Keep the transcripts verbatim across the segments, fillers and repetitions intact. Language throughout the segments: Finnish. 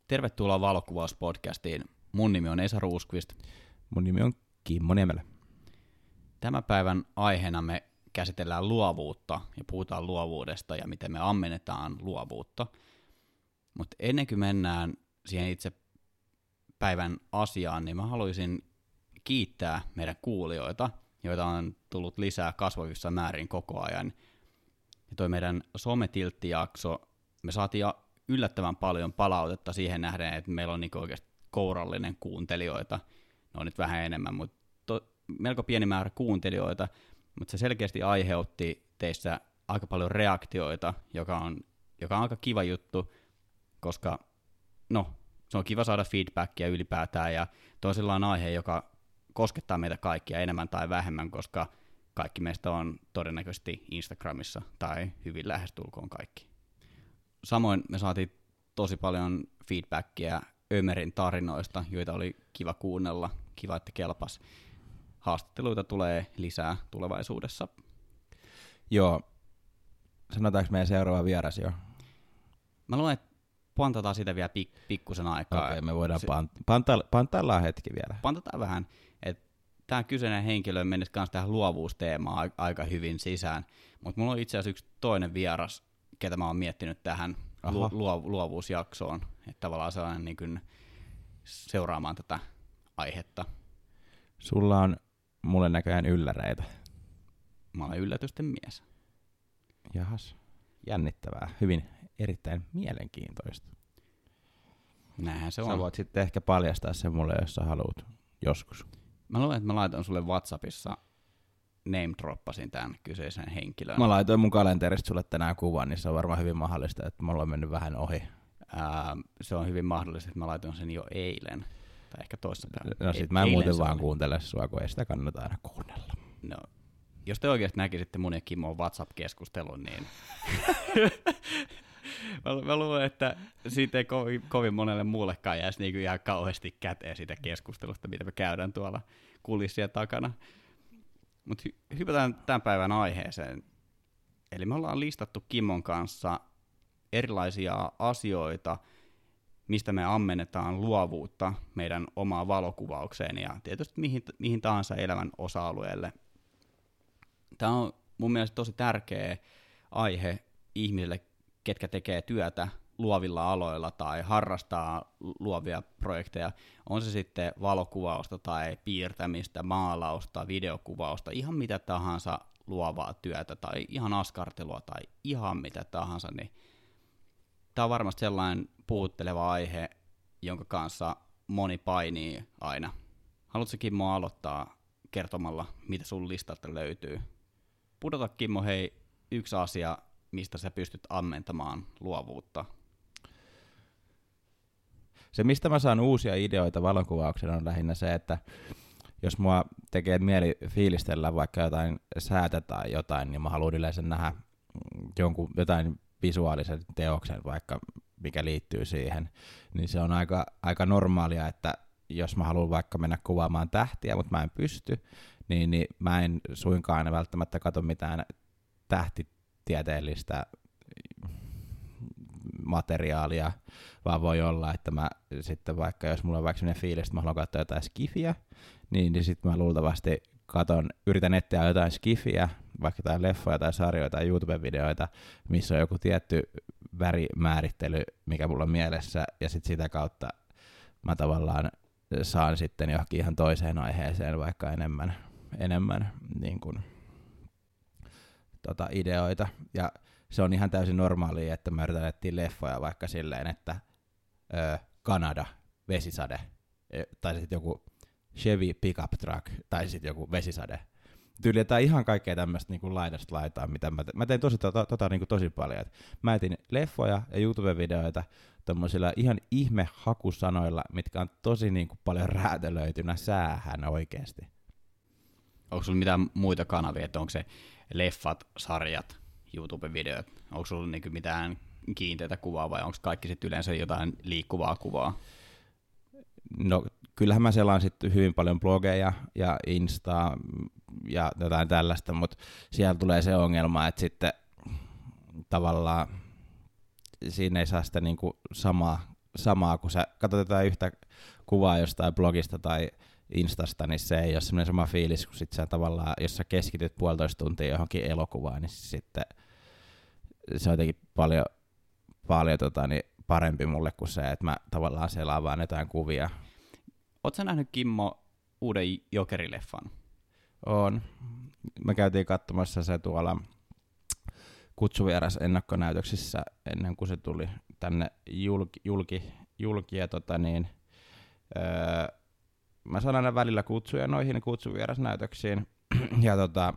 Tervetuloa Valokuvauspodcastiin. Mun nimi on Esa Ruuskvist. Mun nimi on Kimmo Niemelä. Tämän päivän aiheena me käsitellään luovuutta ja puhutaan luovuudesta ja miten me ammennetaan luovuutta. Mutta ennen kuin mennään siihen itse päivän asiaan, niin mä haluaisin kiittää meidän kuulijoita, joita on tullut lisää kasvavissa määrin koko ajan. Ja toi meidän sometiltti-jakso, me saatiin yllättävän paljon palautetta siihen nähden, että meillä on niinku oikeasti kourallinen kuuntelijoita. Ne on nyt vähän enemmän, mutta to, melko pieni määrä kuuntelijoita, mutta se selkeästi aiheutti teissä aika paljon reaktioita, joka on, joka on aika kiva juttu, koska no, se on kiva saada feedbackia ylipäätään, ja toi on sellainen aihe, joka koskettaa meitä kaikkia enemmän tai vähemmän, koska kaikki meistä on todennäköisesti Instagramissa tai hyvin lähestulkoon kaikki. Samoin me saatiin tosi paljon feedbackia Ömerin tarinoista, joita oli kiva kuunnella, kiva, että kelpas. Haastatteluita tulee lisää tulevaisuudessa. Joo, sanotaanko meidän seuraava vieras jo? Mä luulen, että pantataan sitä vielä pik- pikkusen aikaa. Okei, me voidaan pant- panta- pantaillaan hetki vielä. Pantataan vähän, että tämä kyseinen henkilö menisi myös tähän luovuusteemaan aika hyvin sisään, mutta mulla on itse asiassa yksi toinen vieras, ketä mä oon miettinyt tähän lu- luo- luovuusjaksoon, että tavallaan sellainen niin kuin seuraamaan tätä aihetta. Sulla on mulle näköjään ylläreitä. Mä olen yllätysten mies. Jahas, jännittävää. Hyvin erittäin mielenkiintoista. Näinhän se on. Sä voit sitten ehkä paljastaa sen mulle, jos sä haluat joskus. Mä luulen, että mä laitan sulle WhatsAppissa, name-droppasin tämän kyseisen henkilön. Mä laitoin mun kalenterista sulle tänään kuvan, niin se on varmaan hyvin mahdollista, että mulla on mennyt vähän ohi. Ää, se on hyvin mahdollista, että mä laitoin sen jo eilen. Tai ehkä toissapäivänä. No sit mä en muuten vaan kuuntele sua, kun ei sitä kannata aina kuunnella. No, jos te oikeasti näkisitte mun ja Kimon WhatsApp-keskustelun, niin mä, mä luulen, että siitä ei kovin, kovin monelle muullekaan jäisi niin ihan kauheasti käteen siitä keskustelusta, mitä me käydään tuolla kulissien takana. Mutta hy- hypätään tämän päivän aiheeseen. Eli me ollaan listattu Kimon kanssa erilaisia asioita, mistä me ammennetaan luovuutta meidän omaan valokuvaukseen ja tietysti mihin, mihin tahansa elämän osa-alueelle. Tämä on mun mielestä tosi tärkeä aihe ihmisille, ketkä tekee työtä luovilla aloilla tai harrastaa luovia projekteja. On se sitten valokuvausta tai piirtämistä, maalausta, videokuvausta, ihan mitä tahansa luovaa työtä tai ihan askartelua tai ihan mitä tahansa, niin tämä on varmasti sellainen puhutteleva aihe, jonka kanssa moni painii aina. Haluatko Kimmo aloittaa kertomalla, mitä sun listalta löytyy? Pudota Kimmo, hei, yksi asia, mistä sä pystyt ammentamaan luovuutta. Se, mistä mä saan uusia ideoita valokuvauksena, on lähinnä se, että jos mua tekee mieli fiilistellä vaikka jotain säätä tai jotain, niin mä haluan yleensä nähdä jonkun, jotain visuaalisen teoksen vaikka, mikä liittyy siihen, niin se on aika, aika normaalia, että jos mä haluan vaikka mennä kuvaamaan tähtiä, mutta mä en pysty, niin, niin mä en suinkaan välttämättä katso mitään tähtitieteellistä materiaalia, vaan voi olla, että mä sitten vaikka, jos mulla on vaikka sellainen fiilis, että mä haluan katsoa jotain skifiä, niin, niin sitten mä luultavasti katon, yritän etsiä jotain skifiä, vaikka jotain leffoja tai sarjoja tai YouTube-videoita, missä on joku tietty värimäärittely, mikä mulla on mielessä, ja sitten sitä kautta mä tavallaan saan sitten johonkin ihan toiseen aiheeseen vaikka enemmän, enemmän niin kuin, tota, ideoita. Ja se on ihan täysin normaalia, että mä yritän etsiä leffoja vaikka silleen, että ö, Kanada, vesisade, tai sitten joku Chevy pickup truck, tai sitten joku vesisade. Tyyli, että ihan kaikkea tämmöistä niin kuin laidasta laitaa, mitä mä, te- mä teen tosi, tota, tota, niin kuin tosi paljon. Et mä etin leffoja ja YouTube-videoita tommosilla ihan ihme hakusanoilla, mitkä on tosi niin kuin paljon räätälöitynä säähän oikeasti. Onko sulla mitään muita kanavia, että onko se leffat, sarjat, YouTube-videot, onko sulla niinku mitään kiinteitä kuvaa vai onko kaikki sitten yleensä jotain liikkuvaa kuvaa? No kyllähän mä selaan sitten hyvin paljon blogeja ja Instaa ja jotain tällaista, mutta siellä tulee se ongelma, että sitten tavallaan siinä ei saa sitä niinku samaa, samaa, kun sä katsot jotain yhtä kuvaa jostain blogista tai Instasta, niin se ei ole semmoinen sama fiilis, kun sit sä tavallaan, jos sä keskityt puolitoista tuntia johonkin elokuvaan, niin sitten se on jotenkin paljon, paljon tota, niin parempi mulle kuin se, että mä tavallaan selaan vaan jotain kuvia. Oot sä nähnyt, Kimmo, uuden Jokeri-leffan? On. Me käytiin katsomassa se tuolla kutsuvieras ennakkonäytöksissä ennen kuin se tuli tänne julki, julki, julki ja tota niin, öö, mä saan aina välillä kutsuja noihin kutsuvierasnäytöksiin ja tota,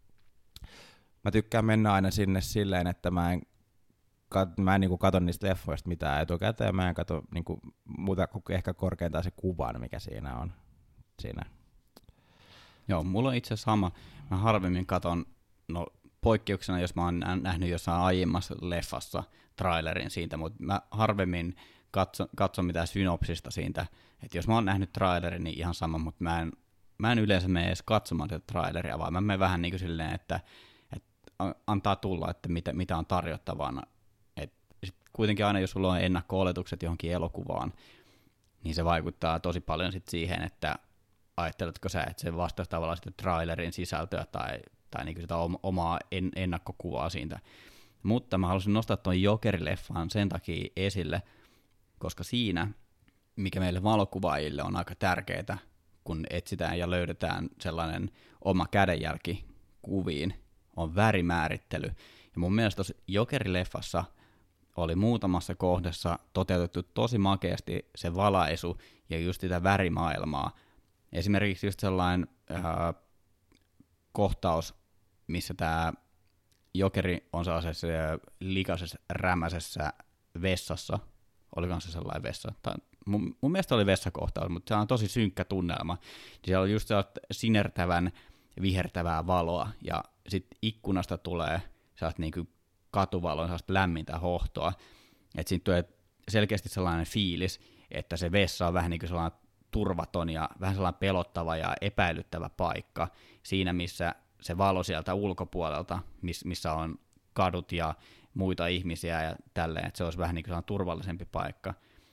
mä tykkään mennä aina sinne silleen, että mä en, kat, mä en niinku kato niistä leffoista mitään etukäteen, mä en kato niinku muuta kuin ehkä korkeintaan se kuvan, mikä siinä on. Siinä. Joo, mulla on itse asiassa sama. Mä harvemmin katon, no poikkeuksena, jos mä oon nähnyt jossain aiemmassa leffassa trailerin siitä, mutta mä harvemmin katson, katson mitään synopsista siitä. Että jos mä oon nähnyt trailerin, niin ihan sama, mutta mä en, mä en yleensä mene edes katsomaan sitä traileria, vaan mä menen vähän niin kuin silleen, että, että antaa tulla, että mitä, mitä on tarjottavana. Et sit kuitenkin aina, jos sulla on ennakko-oletukset johonkin elokuvaan, niin se vaikuttaa tosi paljon sit siihen, että ajatteletko sä, että se vastaa tavallaan sitä trailerin sisältöä tai, tai niinku sitä omaa en, ennakkokuvaa siitä. Mutta mä halusin nostaa tuon Jokeri-leffan sen takia esille, koska siinä, mikä meille valokuvaajille on aika tärkeää, kun etsitään ja löydetään sellainen oma kädenjälki kuviin, on värimäärittely. Ja mun mielestä tuossa Jokeri-leffassa oli muutamassa kohdassa toteutettu tosi makeasti se valaisu ja just sitä värimaailmaa. Esimerkiksi just sellainen äh, kohtaus, missä tämä Jokeri on sellaisessa likaisessa rämäisessä vessassa. Olikohan se sellainen vessa? Tai mun, mun mielestä oli vessakohtaus, mutta se on tosi synkkä tunnelma. Siellä on just sellaista sinertävän, vihertävää valoa, ja sitten ikkunasta tulee sellaista niin kuin katuvaloa, sellaista lämmintä hohtoa. Että siinä tulee selkeästi sellainen fiilis, että se vessa on vähän niin kuin sellainen turvaton ja vähän sellainen pelottava ja epäilyttävä paikka siinä, missä se valo sieltä ulkopuolelta, missä on kadut ja muita ihmisiä ja tälleen, että se olisi vähän niin kuin turvallisempi paikka.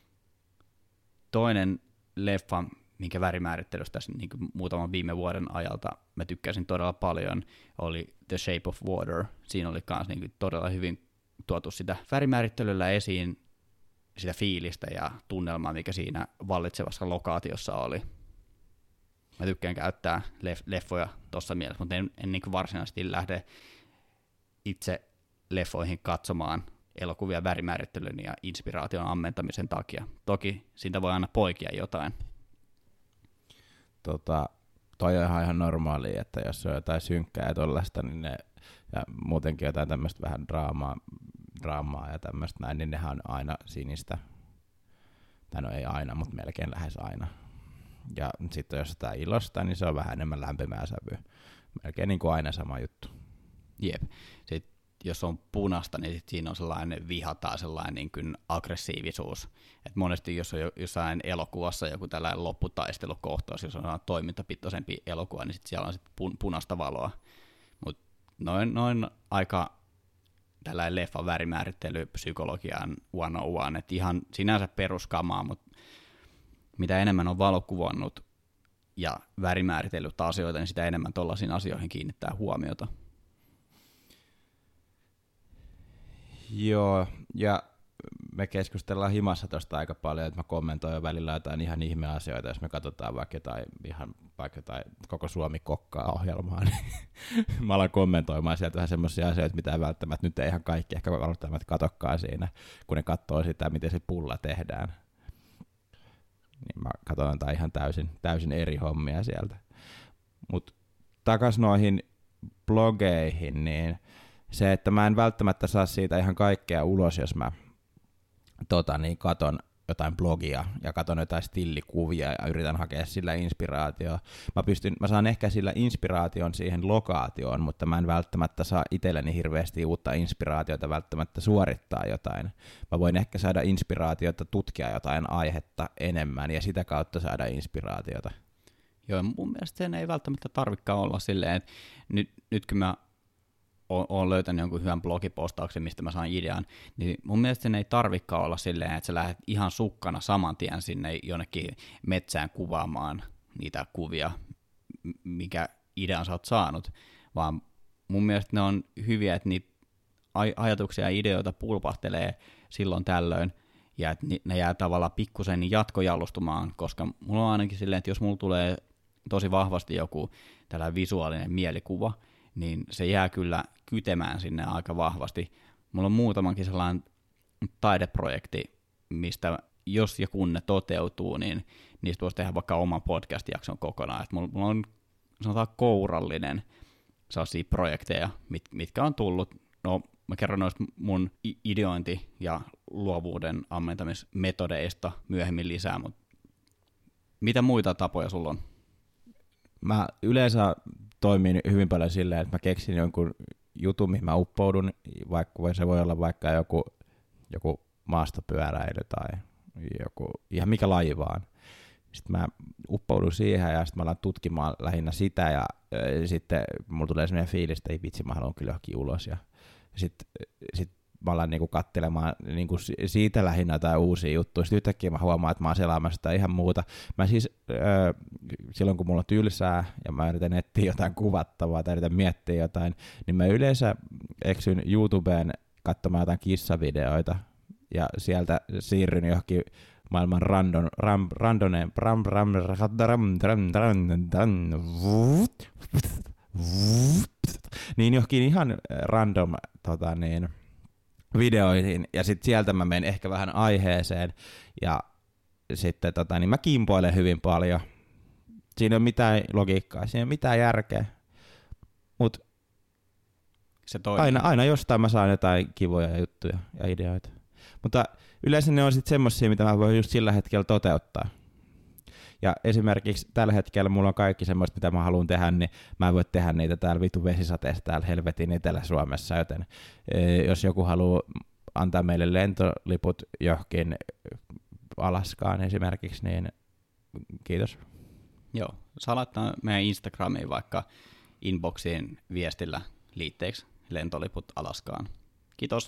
Toinen leffa, minkä värimäärittelystä tässä niin kuin muutaman viime vuoden ajalta mä tykkäsin todella paljon, oli The Shape of Water. Siinä oli myös niin kuin todella hyvin tuotu sitä värimäärittelyllä esiin, sitä fiilistä ja tunnelmaa, mikä siinä vallitsevassa lokaatiossa oli. Mä tykkään käyttää leff- leffoja tuossa mielessä, mutta en, en niin kuin varsinaisesti lähde itse leffoihin katsomaan elokuvia värimäärittelyn ja inspiraation ammentamisen takia. Toki siitä voi aina poikia jotain. Tota, toi on ihan normaalia, että jos on jotain synkkää ja tollaista, niin ne, ja muutenkin jotain tämmöistä vähän draamaa, draamaa ja tämmöistä näin, niin nehän on aina sinistä. Tai no ei aina, mutta melkein lähes aina. Ja sitten jos jotain ilosta, niin se on vähän enemmän lämpimää sävyä. Melkein niin kuin aina sama juttu. Jep. Sitten jos on punaista, niin sit siinä on sellainen viha tai sellainen niin kuin aggressiivisuus. Et monesti jos on jossain elokuvassa joku tällainen lopputaistelukohtaus, jos on toimintapitoisempi elokuva, niin sit siellä on sit pun- punaista valoa. Mutta noin, noin aika tällainen leffan värimäärittely psykologian one oh one, että ihan sinänsä peruskamaa, mutta mitä enemmän on valokuvannut ja värimääritellyt asioita, niin sitä enemmän tollaisiin asioihin kiinnittää huomiota. Joo, ja me keskustellaan himassa tosta aika paljon, että mä kommentoin välillä jotain ihan ihmeasioita, jos me katsotaan vaikka jotain, ihan, vaikka jotain koko Suomi kokkaa ohjelmaa, niin mä alan kommentoimaan sieltä vähän semmoisia asioita, mitä välttämättä nyt ei ihan kaikki ehkä välttämättä katokkaan siinä, kun ne katsoo sitä, miten se pulla tehdään. Niin mä katson jotain ihan täysin, täysin eri hommia sieltä. Mutta takas noihin blogeihin, niin se, että mä en välttämättä saa siitä ihan kaikkea ulos, jos mä tota, niin katon jotain blogia ja katon jotain stillikuvia ja yritän hakea sillä inspiraatioa. Mä, pystyn, mä saan ehkä sillä inspiraation siihen lokaatioon, mutta mä en välttämättä saa itselleni hirveästi uutta inspiraatiota välttämättä suorittaa jotain. Mä voin ehkä saada inspiraatiota tutkia jotain aihetta enemmän ja sitä kautta saada inspiraatiota. Joo, mun mielestä sen ei välttämättä tarvikaan olla silleen, että nyt, nyt kun mä olen löytänyt jonkun hyvän blogipostauksen, mistä mä saan idean, niin mun mielestä sen ei tarvikaan olla silleen, että sä lähdet ihan sukkana saman tien sinne jonnekin metsään kuvaamaan niitä kuvia, mikä idean sä oot saanut, vaan mun mielestä ne on hyviä, että niitä ajatuksia ja ideoita pulpahtelee silloin tällöin, ja että ne jää tavallaan pikkusen jatkojalustumaan, koska mulla on ainakin silleen, että jos mulla tulee tosi vahvasti joku tällainen visuaalinen mielikuva, niin se jää kyllä kytemään sinne aika vahvasti. Mulla on muutamankin sellainen taideprojekti, mistä jos ja kun ne toteutuu, niin niistä voisi tehdä vaikka oman podcast-jakson kokonaan. Et mulla, mulla on sanotaan kourallinen sellaisia projekteja, mit, mitkä on tullut. No, mä kerron noista mun ideointi- ja luovuuden ammentamismetodeista myöhemmin lisää, mutta mitä muita tapoja sulla on? Mä yleensä toimin hyvin paljon silleen, että mä keksin jonkun jutun, mihin mä uppoudun, vaikka se voi olla vaikka joku, joku maastopyöräily tai joku, ihan mikä laji vaan. Sitten mä uppoudun siihen ja sitten mä alan tutkimaan lähinnä sitä ja äh, sitten mulla tulee sellainen fiilis, että ei vitsi, mä haluan kyllä johonkin ulos. Ja sitten sit mä alan niinku katselemaan niinku siitä lähinnä jotain uusia juttuja. Sitten yhtäkkiä mä huomaan, että mä oon selaamassa sitä ihan muuta. Mä siis äh, silloin kun mulla on tylsää ja mä yritän etsiä jotain kuvattavaa tai yritän miettiä jotain, niin mä yleensä eksyn YouTubeen katsomaan jotain kissavideoita ja sieltä siirryn johonkin maailman random, ram, randone, ram, ram, ram, ram, ram, ram, ram, niin johonkin ihan random tota niin, videoihin, ja sitten sieltä mä menen ehkä vähän aiheeseen, ja sitten tota, niin mä kimpoilen hyvin paljon. Siinä ei ole mitään logiikkaa, siinä ei ole mitään järkeä, mutta aina, aina jostain mä saan jotain kivoja juttuja ja ideoita. Mutta yleensä ne on sitten semmosia, mitä mä voin just sillä hetkellä toteuttaa. Ja esimerkiksi tällä hetkellä mulla on kaikki semmoista, mitä mä haluan tehdä, niin mä en voi tehdä niitä täällä vitu vesisateessa täällä helvetin Etelä-Suomessa, joten e, jos joku haluaa antaa meille lentoliput johonkin Alaskaan esimerkiksi, niin kiitos. Joo, saa laittaa meidän Instagramiin vaikka inboxiin viestillä liitteeksi lentoliput Alaskaan. Kiitos.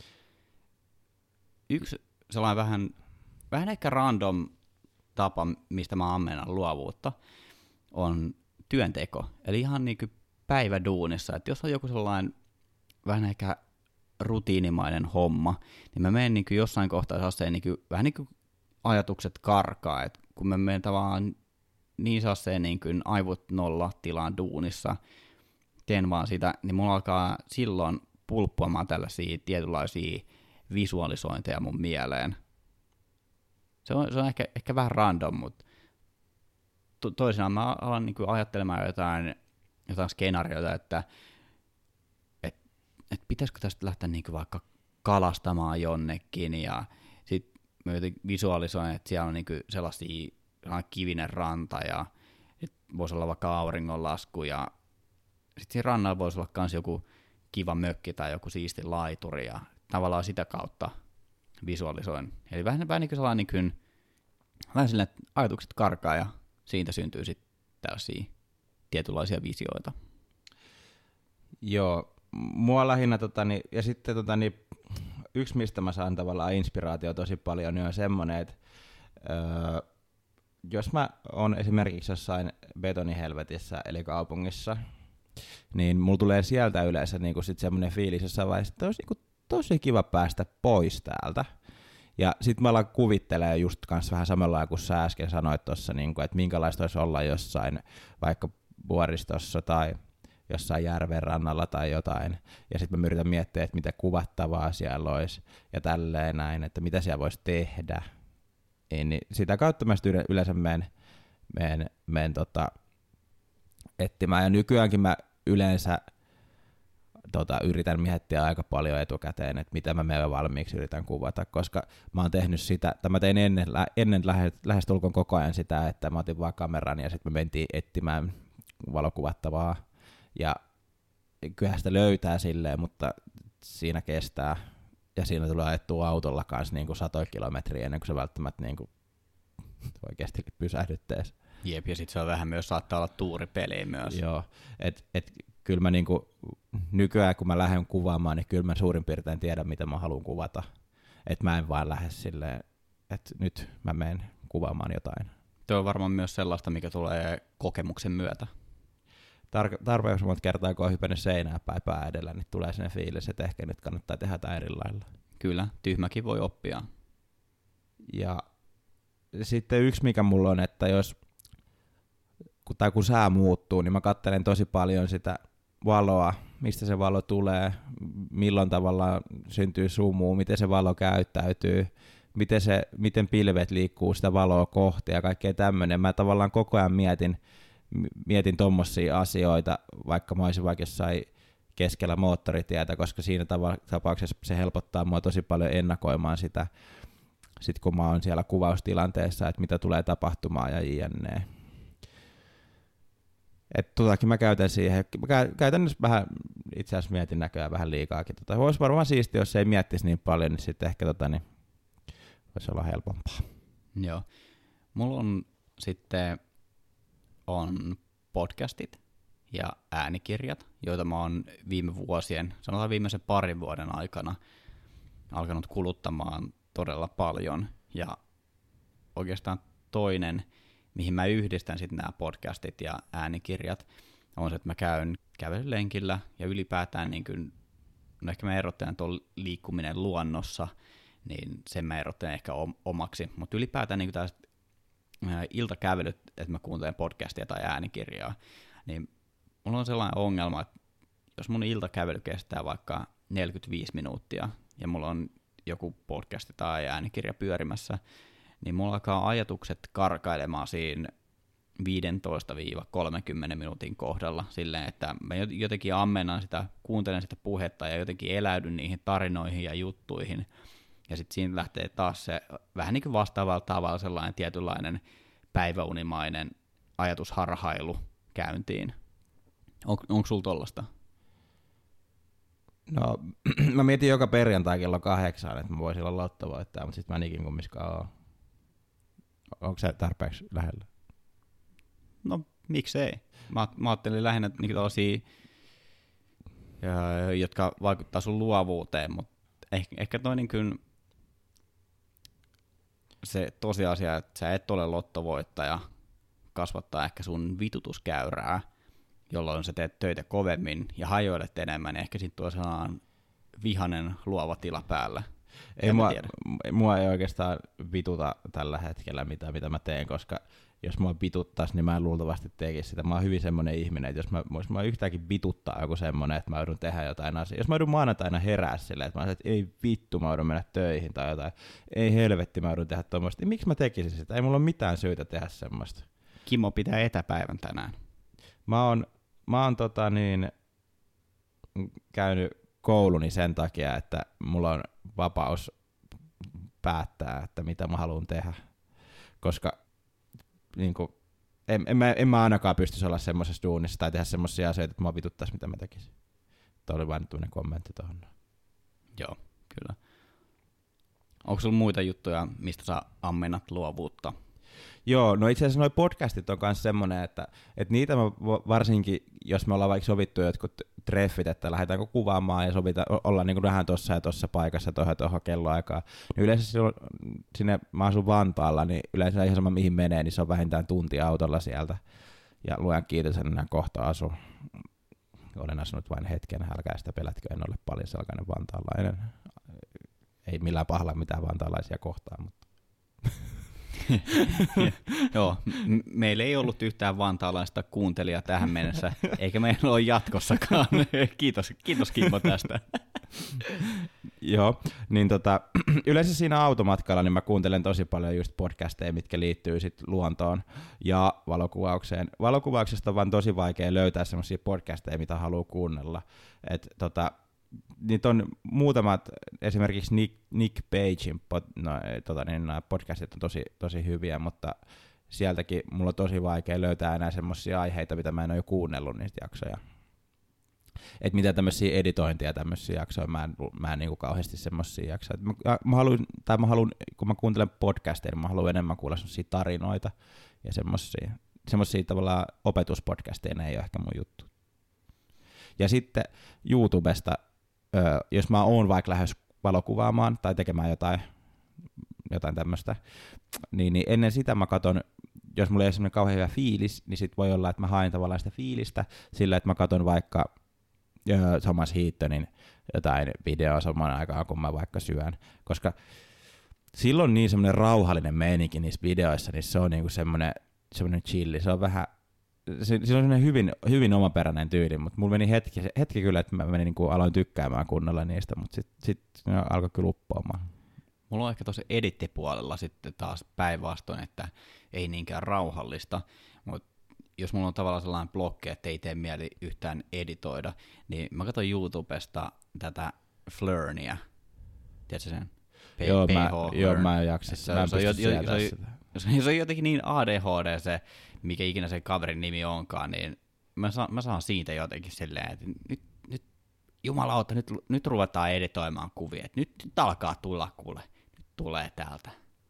Yksi sellainen vähän, vähän ehkä random tapa, mistä mä ammennan luovuutta, on työnteko. Eli ihan niin kuin päiväduunissa, että jos on joku sellainen vähän ehkä rutiinimainen homma, niin mä menen niin kuin jossain kohtaa sellaiseen niin kuin, vähän niin kuin ajatukset karkaa, että kun mä menen tavallaan niin sellaiseen niin kuin aivot nolla tilaan duunissa, teen vaan sitä, niin mulla alkaa silloin pulppuamaan tällaisia tietynlaisia visualisointeja mun mieleen. Se on, se on ehkä, ehkä vähän random, mutta to, toisinaan mä alan niin kuin ajattelemaan jotain, jotain skenaarioita, että et, et pitäisikö tästä lähteä niin kuin vaikka kalastamaan jonnekin, ja sitten mä jotenkin visualisoin, että siellä on niin kuin sellaisia kivinen ranta, ja voisi olla vaikka auringonlasku, ja sitten siinä rannalla voisi olla myös joku kiva mökki tai joku siisti laituri, ja tavallaan sitä kautta visualisoin. Eli vähän, vähän niin kuin sellainen, niin kuin, vähän silleen, että ajatukset karkaa ja siitä syntyy sitten tällaisia tietynlaisia visioita. Joo, mua lähinnä, totani, ja sitten totani, yksi mistä mä saan tavallaan inspiraatio tosi paljon, niin on semmoinen, että öö, jos mä oon esimerkiksi jossain betonihelvetissä, eli kaupungissa, niin mulla tulee sieltä yleensä niinku sit semmoinen fiilis jossain vaiheessa, että olisi niinku tosi kiva päästä pois täältä. Ja sit mä alan kuvittelemaan just kans vähän samalla kuin sä äsken sanoit tossa, niinku, että minkälaista olisi olla jossain vaikka vuoristossa tai jossain järven rannalla tai jotain. Ja sit mä yritän miettiä, että mitä kuvattavaa siellä olisi ja tälleen näin, että mitä siellä voisi tehdä. Niin sitä kautta mä yleensä menen, menen, menen tota, etsimään. Ja nykyäänkin mä yleensä tota, yritän miettiä aika paljon etukäteen, että mitä mä menen valmiiksi yritän kuvata, koska mä oon tehnyt sitä, tai mä tein ennen, ennen lähe, lähestulkoon koko ajan sitä, että mä otin vaan kameran ja sitten me mentiin etsimään valokuvattavaa. Ja kyllähän sitä löytää silleen, mutta siinä kestää. Ja siinä tulee ajettua autolla kanssa niin kuin satoja kilometriä ennen kuin se välttämättä niin kuin oikeasti pysähdyttees. Jep, ja sitten se on vähän myös, saattaa olla tuuripeliä myös. Joo, että et, kyllä mä niinku, nykyään kun mä lähden kuvaamaan, niin kyllä mä suurin piirtein tiedän, mitä mä haluan kuvata. Että mä en vaan lähde silleen, että nyt mä menen kuvaamaan jotain. Tuo on varmaan myös sellaista, mikä tulee kokemuksen myötä. Tar- tarpeeksi monta kertaa, kun on hypännyt seinää päin pää edellä, niin tulee sinne fiilis, että ehkä nyt kannattaa tehdä jotain eri lailla. Kyllä, tyhmäkin voi oppia. Ja sitten yksi, mikä mulla on, että jos kun, tai kun sää muuttuu, niin mä katselen tosi paljon sitä valoa, mistä se valo tulee, milloin tavallaan syntyy sumua, miten se valo käyttäytyy, miten, se, miten pilvet liikkuu sitä valoa kohti ja kaikkea tämmöinen. Mä tavallaan koko ajan mietin, mietin tommosia asioita, vaikka mä olisin vaikka jossain keskellä moottoritietä, koska siinä tapauksessa se helpottaa mua tosi paljon ennakoimaan sitä, sit kun mä oon siellä kuvaustilanteessa, että mitä tulee tapahtumaan ja jne. Että totakin mä käytän siihen. Mä käytännössä vähän, itse asiassa mietin näköjään vähän liikaakin. Tota, olisi varmaan siistiä, jos ei miettisi niin paljon, niin sitten ehkä tota, niin voisi olla helpompaa. Joo. Mulla on sitten on podcastit ja äänikirjat, joita mä oon viime vuosien, sanotaan viimeisen parin vuoden aikana alkanut kuluttamaan todella paljon. Ja oikeastaan toinen, mihin mä yhdistän sitten nämä podcastit ja äänikirjat, on se, että mä käyn kävelylenkillä ja ylipäätään, niin kuin, no ehkä mä erottelen tuon liikkuminen luonnossa, niin sen mä erottelen ehkä omaksi, mutta ylipäätään niin tällaiset iltakävelyt, että mä kuuntelen podcastia tai äänikirjaa, niin mulla on sellainen ongelma, että jos mun iltakävely kestää vaikka neljäkymmentäviisi minuuttia ja mulla on joku podcasti tai äänikirja pyörimässä, niin mulla alkaa ajatukset karkailemaan siinä viisitoista kolmekymmentä minuutin kohdalla silleen, että mä jotenkin ammennan sitä, kuuntelen sitä puhetta ja jotenkin eläydyn niihin tarinoihin ja juttuihin. Ja sitten siinä lähtee taas se vähän niin kuin vastaavalla tavalla sellainen tietynlainen päiväunimainen ajatusharhailu käyntiin. On, onko sulla tollaista? No, mä mietin joka perjantai kello kahdeksaan, että mä voisin olla lottovoittaja, mutta sitten mä en ikin kummiskaan ole. Onko se tarpeeksi lähellä? No, miksei? Mä, mä ajattelin lähinnä niin tällaisia, jotka vaikuttaa sun luovuuteen, mutta ehkä, ehkä toi niin kuin se tosiasia, että sä et ole lottovoittaja, kasvattaa ehkä sun vitutuskäyrää, jolloin sä teet töitä kovemmin ja hajoilet enemmän, niin ehkä sitten tuo sellainen vihanen luova tila päällä. Ei mua, mua ei oikeastaan vituta tällä hetkellä mitä, mitä mä teen, koska jos mua vituttaisi, niin mä en luultavasti tekisi sitä. Mä oon hyvin semmoinen ihminen, että jos mä, jos mä yhtäänkin vituttaa joku semmoinen, että mä joudun tehdä jotain asiaa. Jos mä joudun maanantaina herää silleen, että mä sanon, että ei vittu, mä joudun mennä töihin tai jotain. Ei helvetti, mä joudun tehdä tuommoista. Niin miksi mä tekisin sitä? Ei mulla ole mitään syytä tehdä semmoista. Kimmo pitää etäpäivän tänään. Mä oon, mä oon tota niin, käynyt kouluni sen takia, että mulla on vapaus päättää, että mitä mä haluan tehdä. Koska niin kuin, en, en, mä, en mä ainakaan pystyisi olla semmoisessa duunissa tai tehdä semmoisia asioita, että mä vituttaisi, mitä mä tekisin. Tämä oli vain tämmöinen kommentti tuohon. Joo, kyllä. Onko sulla muita juttuja, mistä sä ammennat luovuutta? Joo, no itse asiassa noi podcastit on myös semmoinen, että, että niitä mä varsinkin, jos me ollaan vaikka sovittu jotkut treffit, että lähdetäänkö kuvaamaan ja sovita, olla niin kuin vähän tuossa ja tuossa paikassa tuohon tuohon kelloaikaan, niin yleensä silloin, sinne, mä asun Vantaalla, niin yleensä ihan sama mihin menee, niin se on vähintään tunti autolla sieltä. Ja luojan kiitos, en enää kohta asu. Olen asunut vain hetken, älkää sitä pelätkö, en ole paljon selkäinen vantaalainen. Ei millään pahalla mitään vantaalaisia kohtaan, mutta... Joo, m- meillä ei ollut yhtään vantaalaista kuuntelijaa tähän mennessä, eikä meillä ole jatkossakaan. Kiitos, kiitos Kimmo tästä. Joo, niin tota, yleensä siinä automatkalla niin mä kuuntelen tosi paljon just podcasteja, mitkä liittyy sit luontoon ja valokuvaukseen. Valokuvauksesta on vaan tosi vaikea löytää semmoisia podcasteja, mitä haluaa kuunnella. Et tota, niitä on muutamat, esimerkiksi Nick, Nick Pagein pod, no, tota, niin, nämä podcastit on tosi, tosi hyviä, mutta sieltäkin mulla on tosi vaikea löytää enää semmoisia aiheita, mitä mä en ole jo kuunnellut niistä jaksoja. Et mitä tämmöisiä editointia tämmöisiä jaksoja, mä en, mä en niinku kauheasti semmoisia jaksoja. Mä, mä haluan, tai mä haluan, kun mä kuuntelen podcasteja, niin mä haluan enemmän kuulla semmoisia tarinoita ja semmoisia, semmoisia tavallaan opetuspodcasteja, ne ei ole ehkä mun juttu. Ja sitten YouTubesta, ö, jos mä oon vaikka lähes valokuvaamaan tai tekemään jotain, jotain tämmöistä, niin, niin ennen sitä mä katon, jos mulla ei ole semmoinen kauhean hyvä fiilis, niin sit voi olla, että mä haen tavallaan sitä fiilistä sillä, että mä katon vaikka ö, Thomas Heatonin jotain videoa samaan aikaan, kun mä vaikka syön, koska silloin niin semmoinen rauhallinen meininki niissä videoissa, niin se on niinku semmoinen, semmoinen chilli, se on vähän, se, se on semmoinen hyvin, hyvin omaperäinen tyyli, mutta mulla meni hetki, hetki kyllä, että mä menin niinku, aloin tykkäämään kunnolla niistä, mutta sitten sit, ne alkoi kyllä uppoamaan. Mulla on ehkä tosi edittipuolella sitten taas päinvastoin, että ei niinkään rauhallista, mutta jos mulla on tavallaan sellainen blokki, että ei tee mieli yhtään editoida, niin mä katson YouTubesta tätä Flurnia, tiedätkö sen? P- joo, P H mä, Flurn. joo, mä en jaksa, se, mä en se, pysty jo, jo, sieltä se, sitä. se, se on jotenkin niin A D H D se, mikä ikinä se kaverin nimi onkaan, niin mä saan, mä saan siitä jotenkin silleen, että nyt, nyt jumalauta, nyt, nyt ruvetaan editoimaan kuvia, että nyt, nyt alkaa tulla kuule, nyt tulee täältä.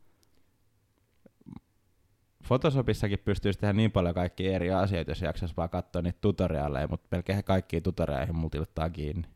Photoshopissakin pystyisi tehdä niin paljon kaikkia eri asioita, jos jaksaisi vaan katsoa niitä tutoriaaleja, mutta melkein kaikkiin tutoriaaleihin mulla tilttaa kiinni.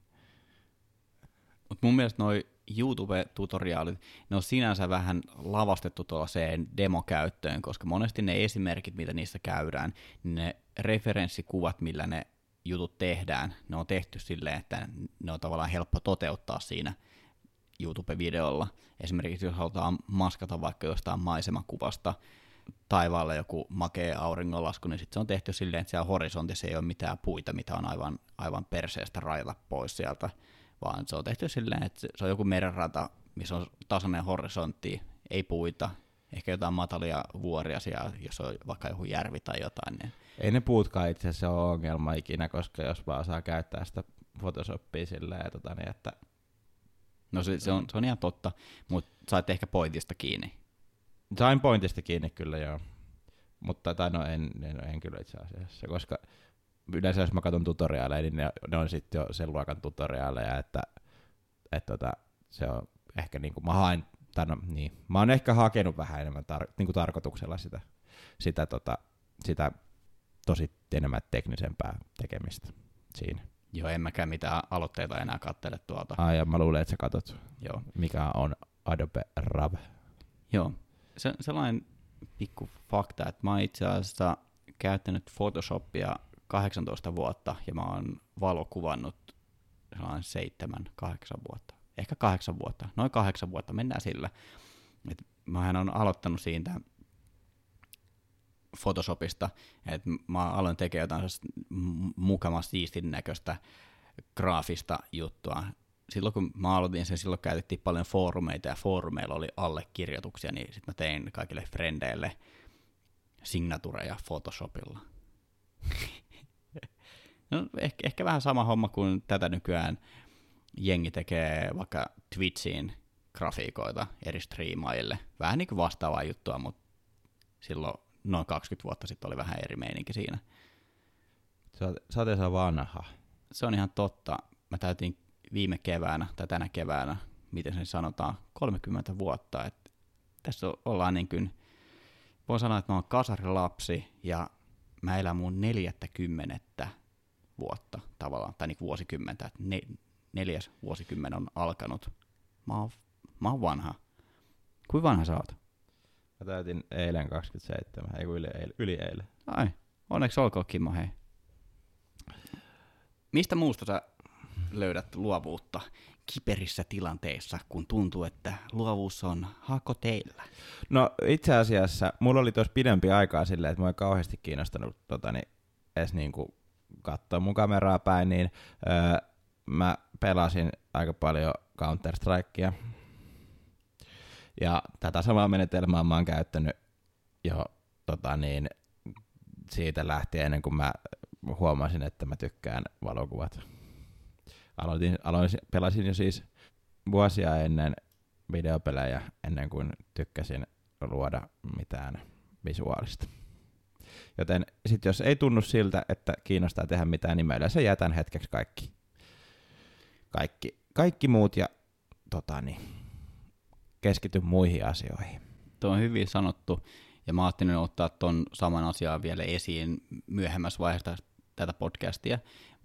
Mutta mun mielestä noi YouTube-tutoriaalit, ne on sinänsä vähän lavastettu tuollaiseen demokäyttöön, koska monesti ne esimerkit, mitä niissä käydään, niin ne referenssikuvat, millä ne jutut tehdään, ne on tehty silleen, että ne on tavallaan helppo toteuttaa siinä YouTube-videolla. Esimerkiksi jos halutaan maskata vaikka jostain maisemakuvasta taivaalle joku makea auringonlasku, niin sitten se on tehty silleen, että siellä horisontissa ei ole mitään puita, mitä on aivan, aivan perseestä railla pois sieltä, vaan se on tehty silleen, että se on joku merenrata, missä on tasainen horisontti, ei puita, ehkä jotain matalia vuoria siellä, jos on vaikka joku järvi tai jotain. Niin. Ei ne puutkaan itse asiassa ole ongelma ikinä, koska jos vaan saa käyttää sitä Photoshopia silleen, tota, niin että... No se, se, on, se on ihan totta, mutta sait ehkä pointista kiinni. Sain pointista kiinni kyllä, joo. Mutta tai no en, en, en kyllä itse asiassa, koska yleensä jos mä katson tutoriaaleja, niin ne, ne on sitten jo sen luokan tutoriaaleja, että et tota, se on ehkä niinku, mä haen, tai no niin, mä oon ehkä hakenut vähän enemmän tar- niinku tarkoituksella sitä, sitä, tota, sitä tosi enemmän teknisempää tekemistä siinä. Joo, en mäkään mitään aloitteita enää katsele tuolta. Ai ja mä luulen, että sä katot, Joo. mikä on Adobe Raw. Joo, se, sellainen pikku fakta, että mä oon itse asiassa käyttänyt Photoshopia kahdeksantoista vuotta ja mä oon valokuvannut sellainen seitsemän, kahdeksan vuotta. Ehkä kahdeksan vuotta, noin kahdeksan vuotta, mennään sillä. Et mähän on aloittanut siitä Photoshopista, että mä aloin tekemään jotain mukamas siistin näköistä graafista juttua. Silloin kun mä aloitin sen, silloin käytettiin paljon foorumeita ja foorumeilla oli allekirjoituksia, niin sitten mä tein kaikille frendeille signatureja Photoshopilla. No, ehkä, ehkä vähän sama homma kuin tätä nykyään jengi tekee vaikka Twitchiin grafiikoita eri striimaajille. Vähän niin kuin vastaavaa juttua, mutta silloin noin kaksikymmentä vuotta sitten oli vähän eri meininki siinä. Sä oot vanha. Se on ihan totta. Mä täytin viime keväänä tai tänä keväänä, miten sen sanotaan, kolmekymmentä vuotta. Et tässä ollaan niin kuin, voin sanoa, että mä oon kasarilapsi ja mä elän mun neljättäkymmenettä vuotta tavallaan, tai niin vuosikymmentä, että ne, neljäs vuosikymmen on alkanut. Mä oon, mä oon vanha. Kuinka vanha sä oot? Mä täytin eilen kaksikymmentäseitsemän, ei kun yli, yli eilen. Ai, onneksi olkoon Kimmo, hei. Mistä muusta sä löydät luovuutta kiperissä tilanteissa, kun tuntuu, että luovuus on hakoteillä? No itse asiassa mulla oli tuossa pidempi aikaa silleen, että mua ei kauheasti kiinnostanut totani, edes niinku katsoa mun kameraa päin, niin öö, mä pelasin aika paljon Counter-Strikea. Ja tätä samaa menetelmää mä oon käyttänyt jo tota niin, siitä lähtien ennen kuin mä huomasin, että mä tykkään valokuvat. Aloitin, aloin, pelasin jo siis vuosia ennen videopelejä, ennen kuin tykkäsin luoda mitään visuaalista. Joten sit jos ei tunnu siltä, että kiinnostaa tehdä mitään, niin mä yleensä jätän hetkeksi kaikki, kaikki, kaikki muut ja tota niin, keskityn muihin asioihin. Tuo on hyvin sanottu, ja mä ajattelin ottaa ton saman asian vielä esiin myöhemmässä vaiheessa tätä podcastia, mutta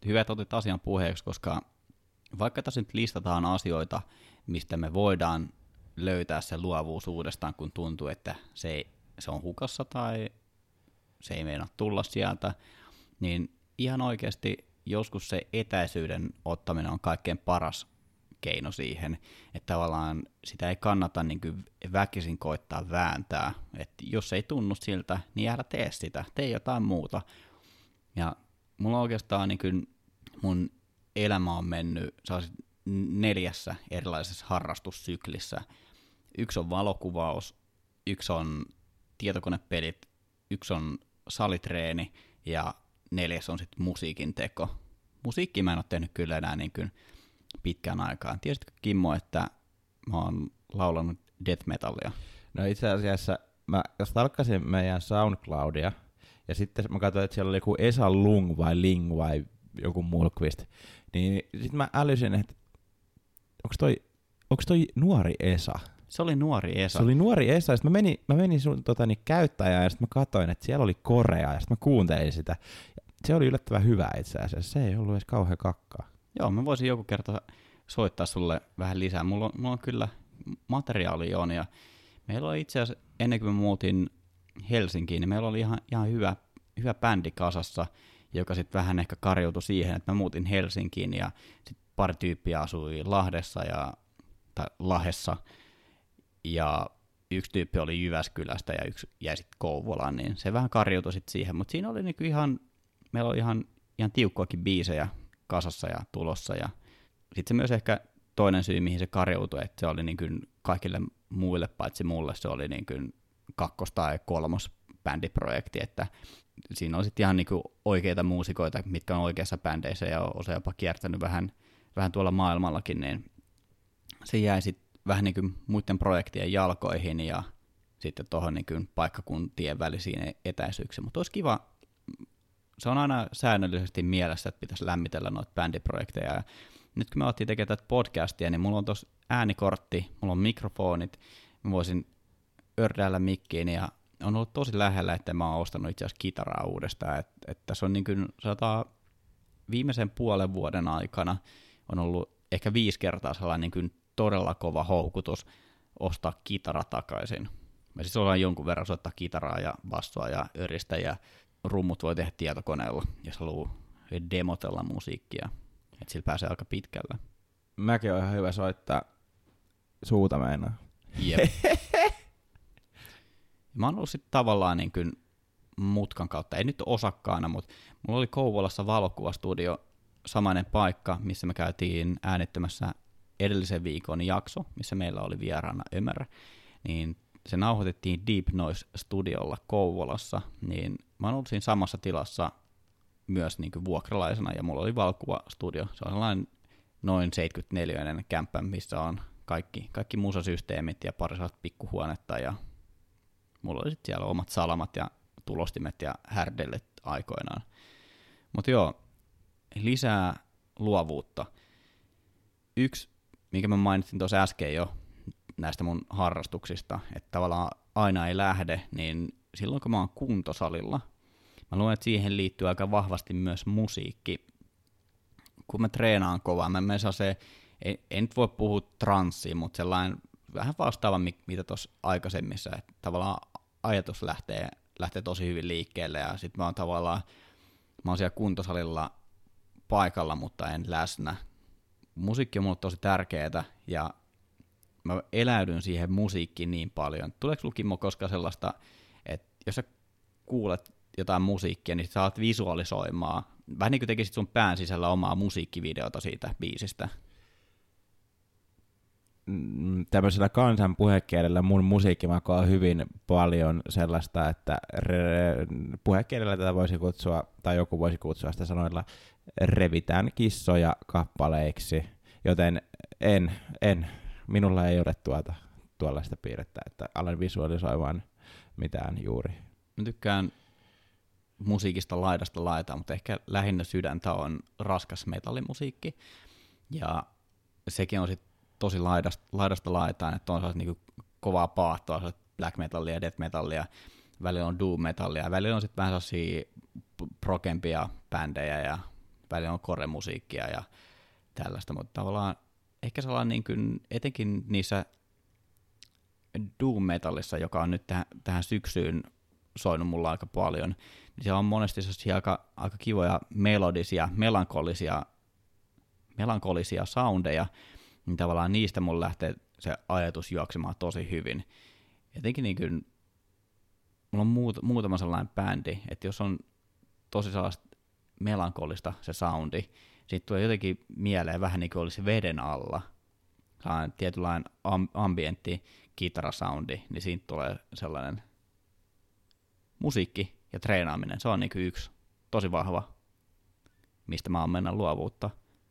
hyvä, että otit asian puheeksi, koska vaikka tässä nyt listataan asioita, mistä me voidaan löytää se luovuus uudestaan, kun tuntuu, että se, ei, se on hukassa tai se ei meinaa tulla sieltä, niin ihan oikeasti joskus se etäisyyden ottaminen on kaikkein paras keino siihen, että tavallaan sitä ei kannata niin kuin väkisin koittaa vääntää, että jos ei tunnu siltä, niin älä tee sitä, tee jotain muuta. Ja mulla oikeastaan niin kuin mun elämä on mennyt neljässä erilaisessa harrastussyklissä. Yksi on valokuvaus, yksi on tietokonepelit, yksi on salitreeni ja neljäs on sitten musiikin teko. Musiikkia mä en ole tehnyt kyllä enää niin kuin pitkään aikaan. Tiesitkö, Kimmo, että mä oon laulanut death metallia? No itse asiassa mä jos tarkkasin meidän SoundCloudia ja sitten mä katsoin, että siellä oli joku Esa Lung vai Ling vai joku Mulkvist, niin sitten mä älysin, että onko toi, onks toi nuori Esa? Se oli nuori Esa. Se oli nuori Esa, ja sitten mä menin, mä menin sun tota, niin, käyttäjään, ja sitten mä katsoin, että siellä oli Korea, ja sitten mä kuuntelin sitä. Se oli yllättävän hyvä itse asiassa, se ei ollut edes kauhean kakkaa. Joo, mä voisin joku kerta soittaa sulle vähän lisää. Mulla on, mulla on kyllä materiaali on, ja meillä oli itse asiassa, ennen kuin me muutin Helsinkiin, niin meillä oli ihan, ihan hyvä, hyvä bändi kasassa, joka sitten vähän ehkä karjoutui siihen, että mä muutin Helsinkiin, ja sitten pari tyyppiä asui Lahdessa ja, tai Lahessa, ja yksi tyyppi oli Jyväskylästä ja yksi jäi sitten Kouvolaan, niin se vähän karjoutui sitten siihen, mutta siinä oli niinku ihan, meillä oli ihan, ihan tiukkoakin biisejä kasassa ja tulossa, ja sitten se myös ehkä toinen syy, mihin se karjoutui, että se oli niinku kaikille muille paitsi mulle, se oli niinku kakkos- tai kolmos bändiprojekti, että siinä on sitten ihan niinku oikeita muusikoita, mitkä on oikeassa bändeissä ja osa jopa kiertänyt vähän, vähän tuolla maailmallakin, niin se jäi sitten vähän niin kuin muiden projektien jalkoihin ja sitten tuohon niin kuin paikkakuntien välisiin etäisyyksiin. Mutta olisi kiva, se on aina säännöllisesti mielessä, että pitäisi lämmitellä noita bändiprojekteja. Ja nyt kun me otettiin tekemään tätä podcastia, niin mulla on tuossa äänikortti, mulla on mikrofonit, mä voisin ördäillä mikkiin ja on ollut tosi lähellä, että mä oon ostanut itse asiassa kitaraa uudestaan. Että et tässä on niin kuin sanotaan viimeisen puolen vuoden aikana on ollut ehkä viisi kertaa sellainen niin kuin todella kova houkutus ostaa kitara takaisin. Me siis ollaan jonkun verran soittaa kitaraa ja bassoa ja öristä ja rummut voi tehdä tietokoneella, jos haluaa demotella musiikkia. Että sillä pääsee aika pitkällä. Mäkin on ihan hyvä soittaa suuta meinaa. Jep. Mä oon ollut sitten tavallaan niin kuin mutkan kautta, ei nyt osakkaana, mutta mulla oli Kouvolassa valokuvastudio, samainen paikka, missä me käytiin äänittämässä edellisen viikon jakso, missä meillä oli vieraana Ömer, niin se nauhoitettiin Deep Noise-studiolla Kouvolassa, niin mä oon ollut siinä samassa tilassa myös niin kuin vuokralaisena, ja mulla oli valokuvastudio. Se on sellainen noin seitsemänkymmentäneljä kämppä, missä on kaikki, kaikki musasysteemit ja pari sellaista pikkuhuonetta, ja mulla oli sitten siellä omat salamat ja tulostimet ja härdellet aikoinaan. Mutta joo, lisää luovuutta. Yksi, minkä mä mainitsin tuossa äsken jo näistä mun harrastuksista, että tavallaan aina ei lähde, niin silloin kun mä oon kuntosalilla, mä luulen, että siihen liittyy aika vahvasti myös musiikki. Kun mä treenaan kovaa, mä menen se, en, en nyt voi puhua transsiin, mutta sellainen vähän vastaava, mitä tuossa aikaisemmissa, että tavallaan ajatus lähtee, lähtee tosi hyvin liikkeelle, ja sit mä oon tavallaan, mä oon siellä kuntosalilla paikalla, mutta en läsnä. Musiikki on mulle tosi tärkeää, ja mä eläydyn siihen musiikkiin niin paljon. Tuleeko sulla, Kimmo, koskaan sellaista, että jos sä kuulet jotain musiikkia, niin sä alat visualisoimaan, vähän niin kuin tekisit sun pään sisällä omaa musiikkivideota siitä biisistä? Tämmöisellä kansan puhekielellä mun musiikkimaku on hyvin paljon sellaista, että re- puhekielellä tätä voisi kutsua, tai joku voisi kutsua sitä sanoilla, revitään kissoja kappaleiksi, joten en, en, minulla ei ole tuota, tuollaista piirrettä, että alan visualisoimaan mitään juuri. Mä tykkään musiikista laidasta laitaan, mutta ehkä lähinnä sydäntä on raskas metallimusiikki, ja sekin on sitten tosi laidasta, laidasta laitaan, että on sellaista niinku kovaa paahtoa, black metallia ja death metallia, välillä on doom metallia, ja välillä on sitten vähän sellaisia prokempia bändejä ja välillä on koremusiikkia ja tällaista, mutta tavallaan ehkä sellainen niin kuin, etenkin niissä doom metallissa, joka on nyt tähän, tähän syksyyn soinut mulla aika paljon, niin siellä on monesti aika, aika kivoja melodisia, melankolisia, melankolisia soundeja, niin tavallaan niistä mulla lähtee se ajatus juoksemaan tosi hyvin. Etenkin niin kuin, mulla on muut, muutama sellainen bändi, että jos on tosi sellaista melankolista se soundi, siitä tulee jotenkin mieleen vähän niin kuin olisi veden alla, sellainen tietynlainen am- ambientti kitarasoundi, niin siitä tulee sellainen musiikki ja treenaaminen, se on niin kuin yksi tosi vahva, mistä mä oon mennä luovuutta.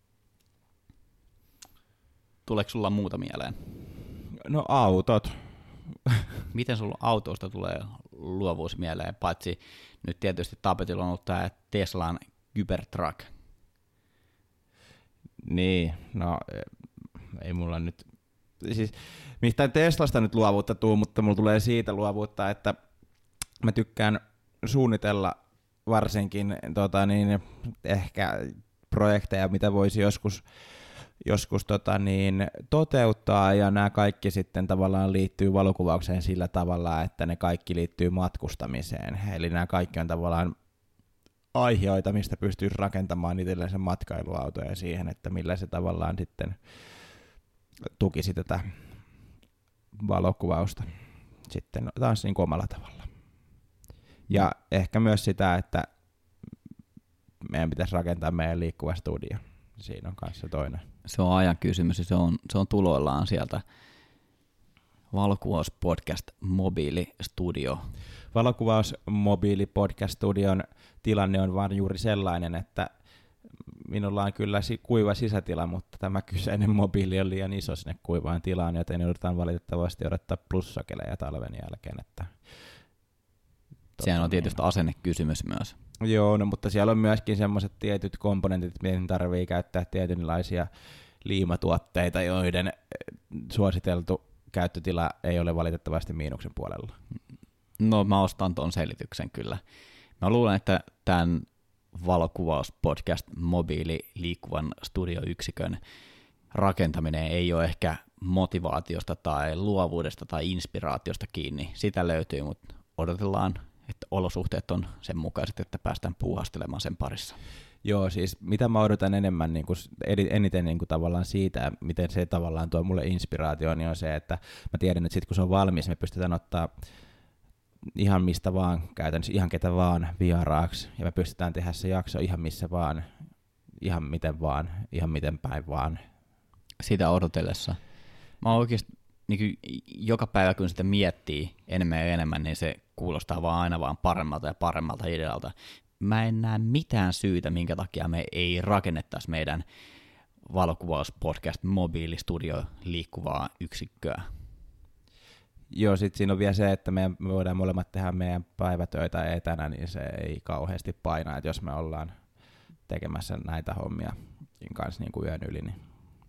Tuleeko sulla muuta mieleen? No autot. Miten sulla autosta tulee luovuus mieleen, paitsi nyt tietysti tapetilla on ollut tämä Teslan Cybertruck. Niin, no ei mulla nyt, siis mistään Teslasta nyt luovuutta tuu, mutta mulla tulee siitä luovuutta, että mä tykkään suunnitella varsinkin tota niin, ehkä projekteja, mitä voisi joskus joskus tota niin, toteuttaa, ja nämä kaikki sitten tavallaan liittyy valokuvaukseen sillä tavalla, että ne kaikki liittyy matkustamiseen. Eli nämä kaikki on tavallaan aiheita, mistä pystyisi rakentamaan itselleen sen matkailuauto ja siihen, että millä se tavallaan sitten tukisi tätä valokuvausta sitten taas niin kuin omalla tavalla. Ja ehkä myös sitä, että meidän pitäisi rakentaa meidän liikkuva studio. Siinä on kanssa toinen. Se on ajan kysymys ja se on, se on tuloillaan sieltä. Valokuvaus podcast mobiilistudio. Valokuvaus mobiili podcast studion tilanne on vaan juuri sellainen, että minulla on kyllä kuiva sisätila, mutta tämä kyseinen mobiili on liian iso sinne kuivaan tilaan, joten joudutaan valitettavasti odottaa plussakeleja talven jälkeen. Että sehän on tietysti asennekysymys myös. Joo, no, mutta siellä on myöskin semmoiset tietyt komponentit, mihin tarvii käyttää tietynlaisia liimatuotteita, joiden suositeltu käyttötila ei ole valitettavasti miinuksen puolella. No mä ostan ton selityksen kyllä. Mä luulen, että tämän valokuvauspodcast mobiili liikkuvan studioyksikön rakentaminen ei ole ehkä motivaatiosta tai luovuudesta tai inspiraatiosta kiinni. Sitä löytyy, mutta odotellaan, että olosuhteet on sen mukaiset, että päästään puuhastelemaan sen parissa. Joo, siis mitä mä odotan enemmän, niin kuin, eniten niin kuin tavallaan siitä, miten se tavallaan tuo mulle inspiraatio, niin on se, että mä tiedän, että sit kun se on valmis, me pystytään ottaa ihan mistä vaan, käytännössä ihan ketä vaan vieraaksi, ja me pystytään tehdä se jakso ihan missä vaan, ihan miten vaan, ihan miten päin vaan. Sitä odotellessa. Mä oon oikeasti niin kuin joka päivä, kun sitä miettii enemmän ja enemmän, niin se kuulostaa vaan aina vaan paremmalta ja paremmalta idealta. Mä en näe mitään syytä, minkä takia me ei rakennettaisi meidän valokuvauspodcast mobiilistudio liikkuvaa yksikköä. Joo, sit siinä on vielä se, että me voidaan molemmat tehdä meidän päivätöitä etänä, niin se ei kauheasti paina, että jos me ollaan tekemässä näitä hommia kanssa niin kuin yön yli, niin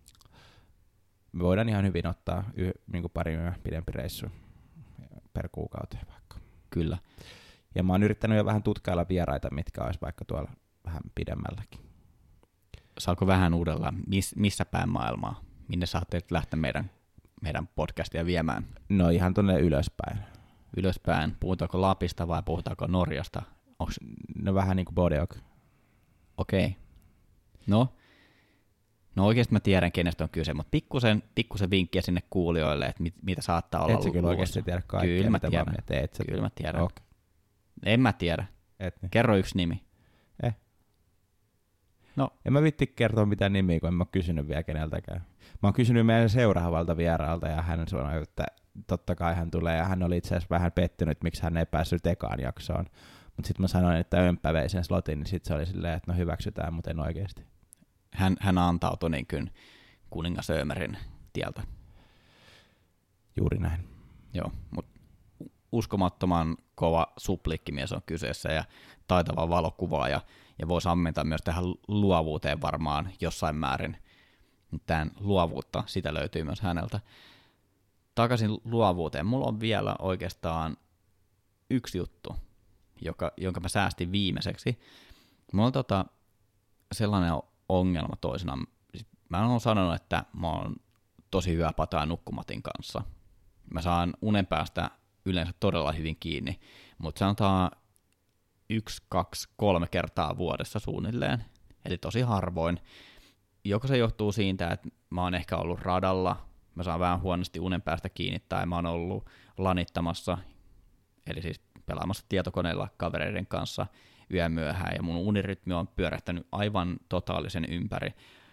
me voidaan ihan hyvin ottaa y- niin kuin pari yö pidempi reissu per kuukauteen vaikka. Kyllä. Ja mä oon yrittänyt jo vähän tutkailla vieraita, mitkä olisi vaikka tuolla vähän pidemmälläkin. Saako vähän uudella, miss, missä päin maailmaa? Minne saatte lähteä meidän, meidän podcastia viemään? No ihan tuonne ylöspäin. Ylöspäin. Puhutaanko Lapista vai puhutaanko Norjasta? Onks... No vähän niin kuin Bodeok. Okei. Okay. No. No oikeasti mä tiedän, kenestä on kyse, mutta pikkusen, pikkusen vinkkiä sinne kuulijoille, että mit, mitä saattaa olla. Et sä kyllä oikeasti tiedä kaikkea, kyllä mä mitä tiedän. mä teet. Sä... Kyllä mä tiedän. Okay. En mä tiedä. Et niin. Kerro yksi nimi. Eh. No. En mä vitti kertoa mitään nimiä, kun en mä oon kysynyt vielä keneltäkään. Mä oon kysynyt meidän seuraavalta vieraalta ja hän sanoi, että totta kai hän tulee ja hän oli itse asiassa vähän pettynyt, miksi hän ei päässyt ekaan jaksoon. Mutta sitten mä sanoin, että Ömppä vei sen slotin, niin sitten se oli silleen, että no hyväksytään, mutta en oikeasti. Hän, hän antautui niin kuin kuningas Ömerin tieltä. Juuri näin. Joo, mutta uskomattoman kova suplikkimies on kyseessä ja taitava valokuvaaja ja voisi ammentaa myös tähän luovuuteen varmaan jossain määrin. Tämän luovuutta, sitä löytyy myös häneltä. Takaisin luovuuteen. Mulla on vielä oikeastaan yksi juttu, joka, jonka mä säästin viimeiseksi. Mulla on tota, sellainen ongelma toisinaan. Mä oon sanonut, että mä oon tosi hyvä pataa nukkumatin kanssa. Mä saan unen päästä yleensä todella hyvin kiinni, mutta sanotaan yksi, kaksi, kolme kertaa vuodessa suunnilleen, eli tosi harvoin. Joko se johtuu siitä, että mä oon ehkä ollut radalla, mä saan vähän huonosti unen päästä kiinni, tai mä oon ollut lanittamassa, eli siis pelaamassa tietokoneella kavereiden kanssa yömyöhään, ja mun unirytmi on pyörähtänyt aivan totaalisen ympäri.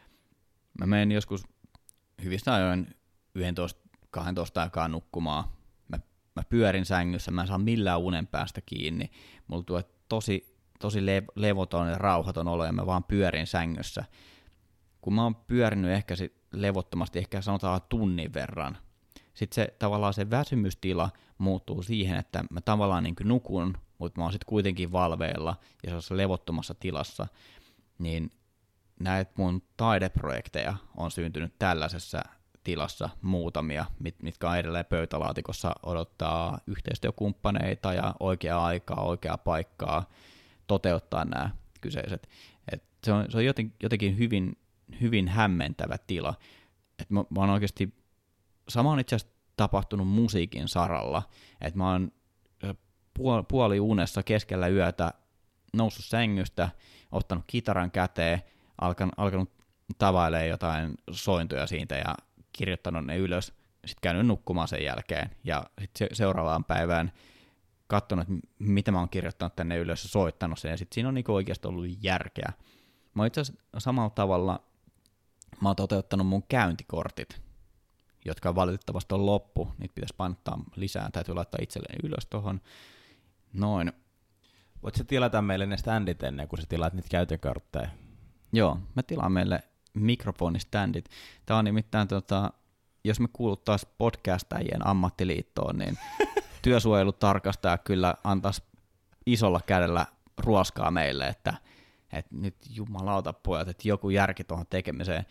Mä menen joskus hyvistä ajoin yksitoista kaksitoista aikaa nukkumaan. Mä, mä pyörin sängyssä, mä en saa millään unen päästä kiinni. Mulla tulee tosi, tosi lev- levoton ja rauhaton olo, ja mä vaan pyörin sängyssä. Kun mä oon pyörinyt ehkä sit levottomasti, ehkä sanotaan tunnin verran, sitten se tavallaan se väsymystila muuttuu siihen, että mä tavallaan niin kuin nukun, mutta mä oon sitten kuitenkin valveilla ja sellaisessa levottomassa tilassa, niin näitä mun taideprojekteja on syntynyt tällaisessa tilassa muutamia, mit, mitkä on edelleen pöytälaatikossa, odottaa yhteistyökumppaneita ja oikeaa aikaa, oikeaa paikkaa toteuttaa nämä kyseiset. Et se on, se on joten, jotenkin hyvin, hyvin hämmentävä tila. Et mä, mä oon oikeasti, sama on itse asiassa tapahtunut musiikin saralla, että mä oon puoli, puoli unessa keskellä yötä noussut sängystä, ottanut kitaran käteen, alkan, alkanut tavailemaan jotain sointuja siitä ja kirjoittanut ne ylös, sitten käynyt nukkumaan sen jälkeen ja sitten se, seuraavaan päivään katsonut, että mitä mä oon kirjoittanut tänne ylös ja soittanut sen, ja sitten siinä on niinku oikeasti ollut järkeä. Mä oon itse asiassa samalla tavalla, mä oon toteuttanut mun käyntikortit, jotka valitettavasti on loppu, niitä pitäisi painottaa lisää, täytyy laittaa itselleen ylös tohon. Noin. Voitko sä tilata meille ne standit ennen kuin sä tilaat niitä käyttökortteja? Joo, mä tilaan meille mikrofoniständit. Tää on nimittäin, tota, jos me kuuluttaisiin podcastajien ammattiliittoon, niin työsuojelutarkastaja kyllä antaisi isolla kädellä ruoskaa meille, että, että nyt jumalauta pojat, että joku järki tuohon tekemiseen.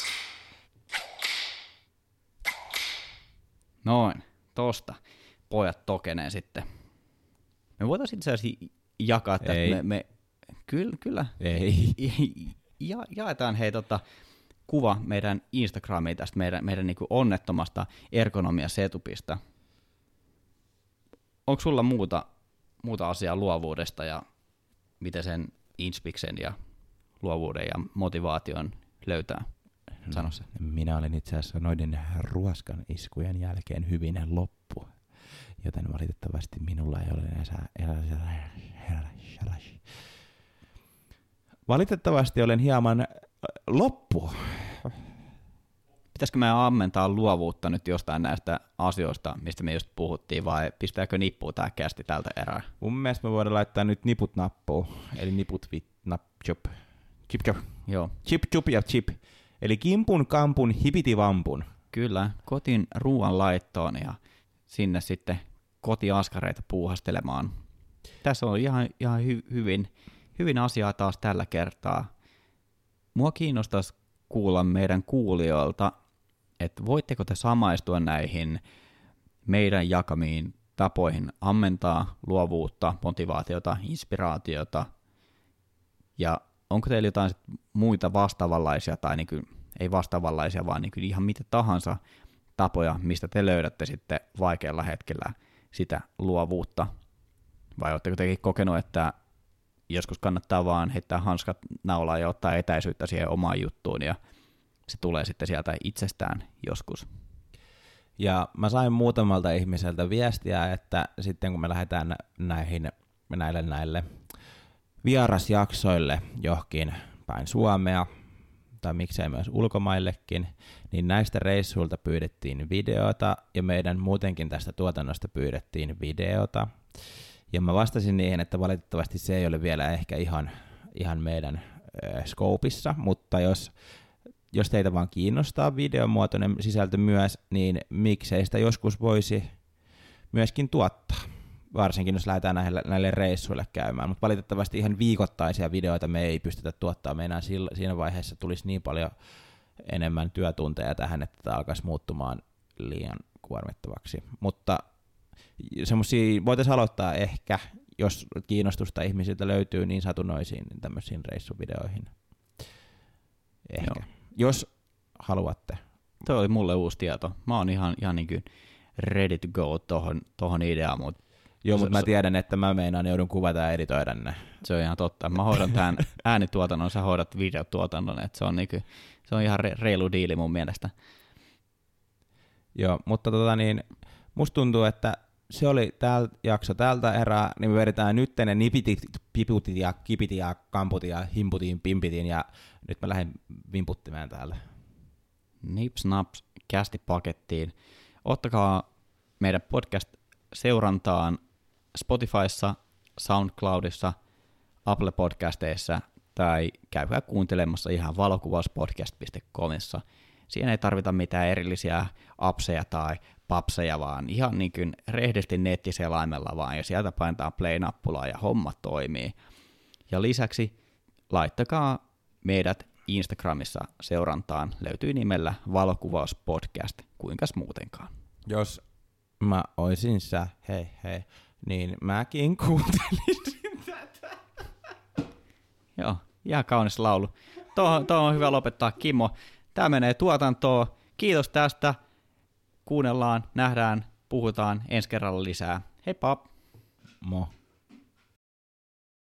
Noin, tosta. Pojat tokenee sitten. Me voitaisiin itse asiassa jakaa tästä. Me, me, kyllä, kyllä. Ei. Ja, jaetaan hei tota, kuva meidän Instagramiin tästä meidän, meidän niinku onnettomasta ergonomia-setupista. Onko sulla muuta, muuta asiaa luovuudesta ja miten sen inspiksen ja luovuuden ja motivaation löytää? Sano se. Minä olen itse asiassa noiden ruoskan iskujen jälkeen hyvin loppu, joten valitettavasti minulla ei ole enää... Valitettavasti olen hieman loppu. Pitäisikö meidän ammentaa luovuutta nyt jostain näistä asioista, mistä me just puhuttiin, vai pistääkö nippuun tämä kästi tältä erää? Mun mielestä me voidaan laittaa nyt niput nappuun, eli niput vit nap chop. Chip chop. Joo. Chip chup ja chip. Eli kimpun kampun hipitivampun. Kyllä, kotiin ruoan laittoon ja sinne sitten kotiaskareita puuhastelemaan. Tässä on ihan, ihan hy- hyvin, hyvin asiaa taas tällä kertaa. Mua kiinnostaisi kuulla meidän kuulijoilta, että voitteko te samaistua näihin meidän jakamiin tapoihin ammentaa luovuutta, motivaatiota, inspiraatiota, ja onko teillä jotain muita vastaavanlaisia, tai niin kuin, ei vastaavanlaisia, vaan niin kuin ihan mitä tahansa tapoja, mistä te löydätte sitten vaikealla hetkellä sitä luovuutta, vai oletteko tekin kokenut, että joskus kannattaa vaan heittää hanskat naulaan ja ottaa etäisyyttä siihen omaan juttuun, ja se tulee sitten sieltä itsestään joskus. Ja mä sain muutamalta ihmiseltä viestiä, että sitten kun me lähdetään näihin, näille näille vierasjaksoille johonkin päin Suomea, tai miksei myös ulkomaillekin, niin näistä reissuilta pyydettiin videota, ja meidän muutenkin tästä tuotannosta pyydettiin videota. Ja mä vastasin niihin, että valitettavasti se ei ole vielä ehkä ihan, ihan meidän äh, skoopissa, mutta jos, jos teitä vaan kiinnostaa videomuotoinen sisältö myös, niin miksei sitä joskus voisi myöskin tuottaa, varsinkin jos lähdetään näille, näille reissuille käymään. Mutta valitettavasti ihan viikoittaisia videoita me ei pystytä tuottamaan. Me enää siinä vaiheessa tulisi niin paljon enemmän työtunteja tähän, että tämä alkaisi muuttumaan liian kuormittavaksi. Mutta semmoisia voitaisiin aloittaa ehkä, jos kiinnostusta ihmisiltä löytyy niin satunnoisiin niin tämmöisiin reissuvideoihin. Ehkä. Joo. Jos haluatte. Toi oli mulle uusi tieto. Mä oon ihan, ihan niin kuin ready to go tohon, tohon ideaan, mutta Joo, mutta mä tiedän, että mä meinaan joudun kuvata ja editoida ne. se on ihan totta. Mä hoidan tämän äänituotannon, sä hoidat videotuotannon, että se on, niin kuin, se on ihan reilu diili mun mielestä. Joo, mutta tota niin, musta tuntuu, että se oli tää jakso tältä erää, niin me vedetään nyt ne nipitit, piputit ja kipitit ja kamputit ja himputiin, pimpitiin ja nyt mä lähden vimputtimään täällä. Nips naps kästi pakettiin. Ottakaa meidän podcast seurantaan Spotifyssa, SoundCloudissa, Apple Podcasteissa tai käykää kuuntelemassa ihan valokuvauspodcast piste comissa. Siinä ei tarvita mitään erillisiä appseja tai papseja, vaan ihan niin kuin rehdisti nettiselaimella vaan, ja sieltä painetaan play-nappulaa ja homma toimii. Ja lisäksi laittakaa meidät Instagramissa seurantaan, löytyy nimellä valokuvauspodcast, kuinkas muutenkaan. Jos mä oisin sä, hei hei, niin mäkin kuuntelisin tätä. Joo, ihan kaunis laulu. Tuohon, tuohon on hyvä lopettaa, Kimmo. Tämä menee tuotantoon. Kiitos tästä. Kuunnellaan, nähdään, puhutaan ensi kerralla lisää. Heippa! Mo.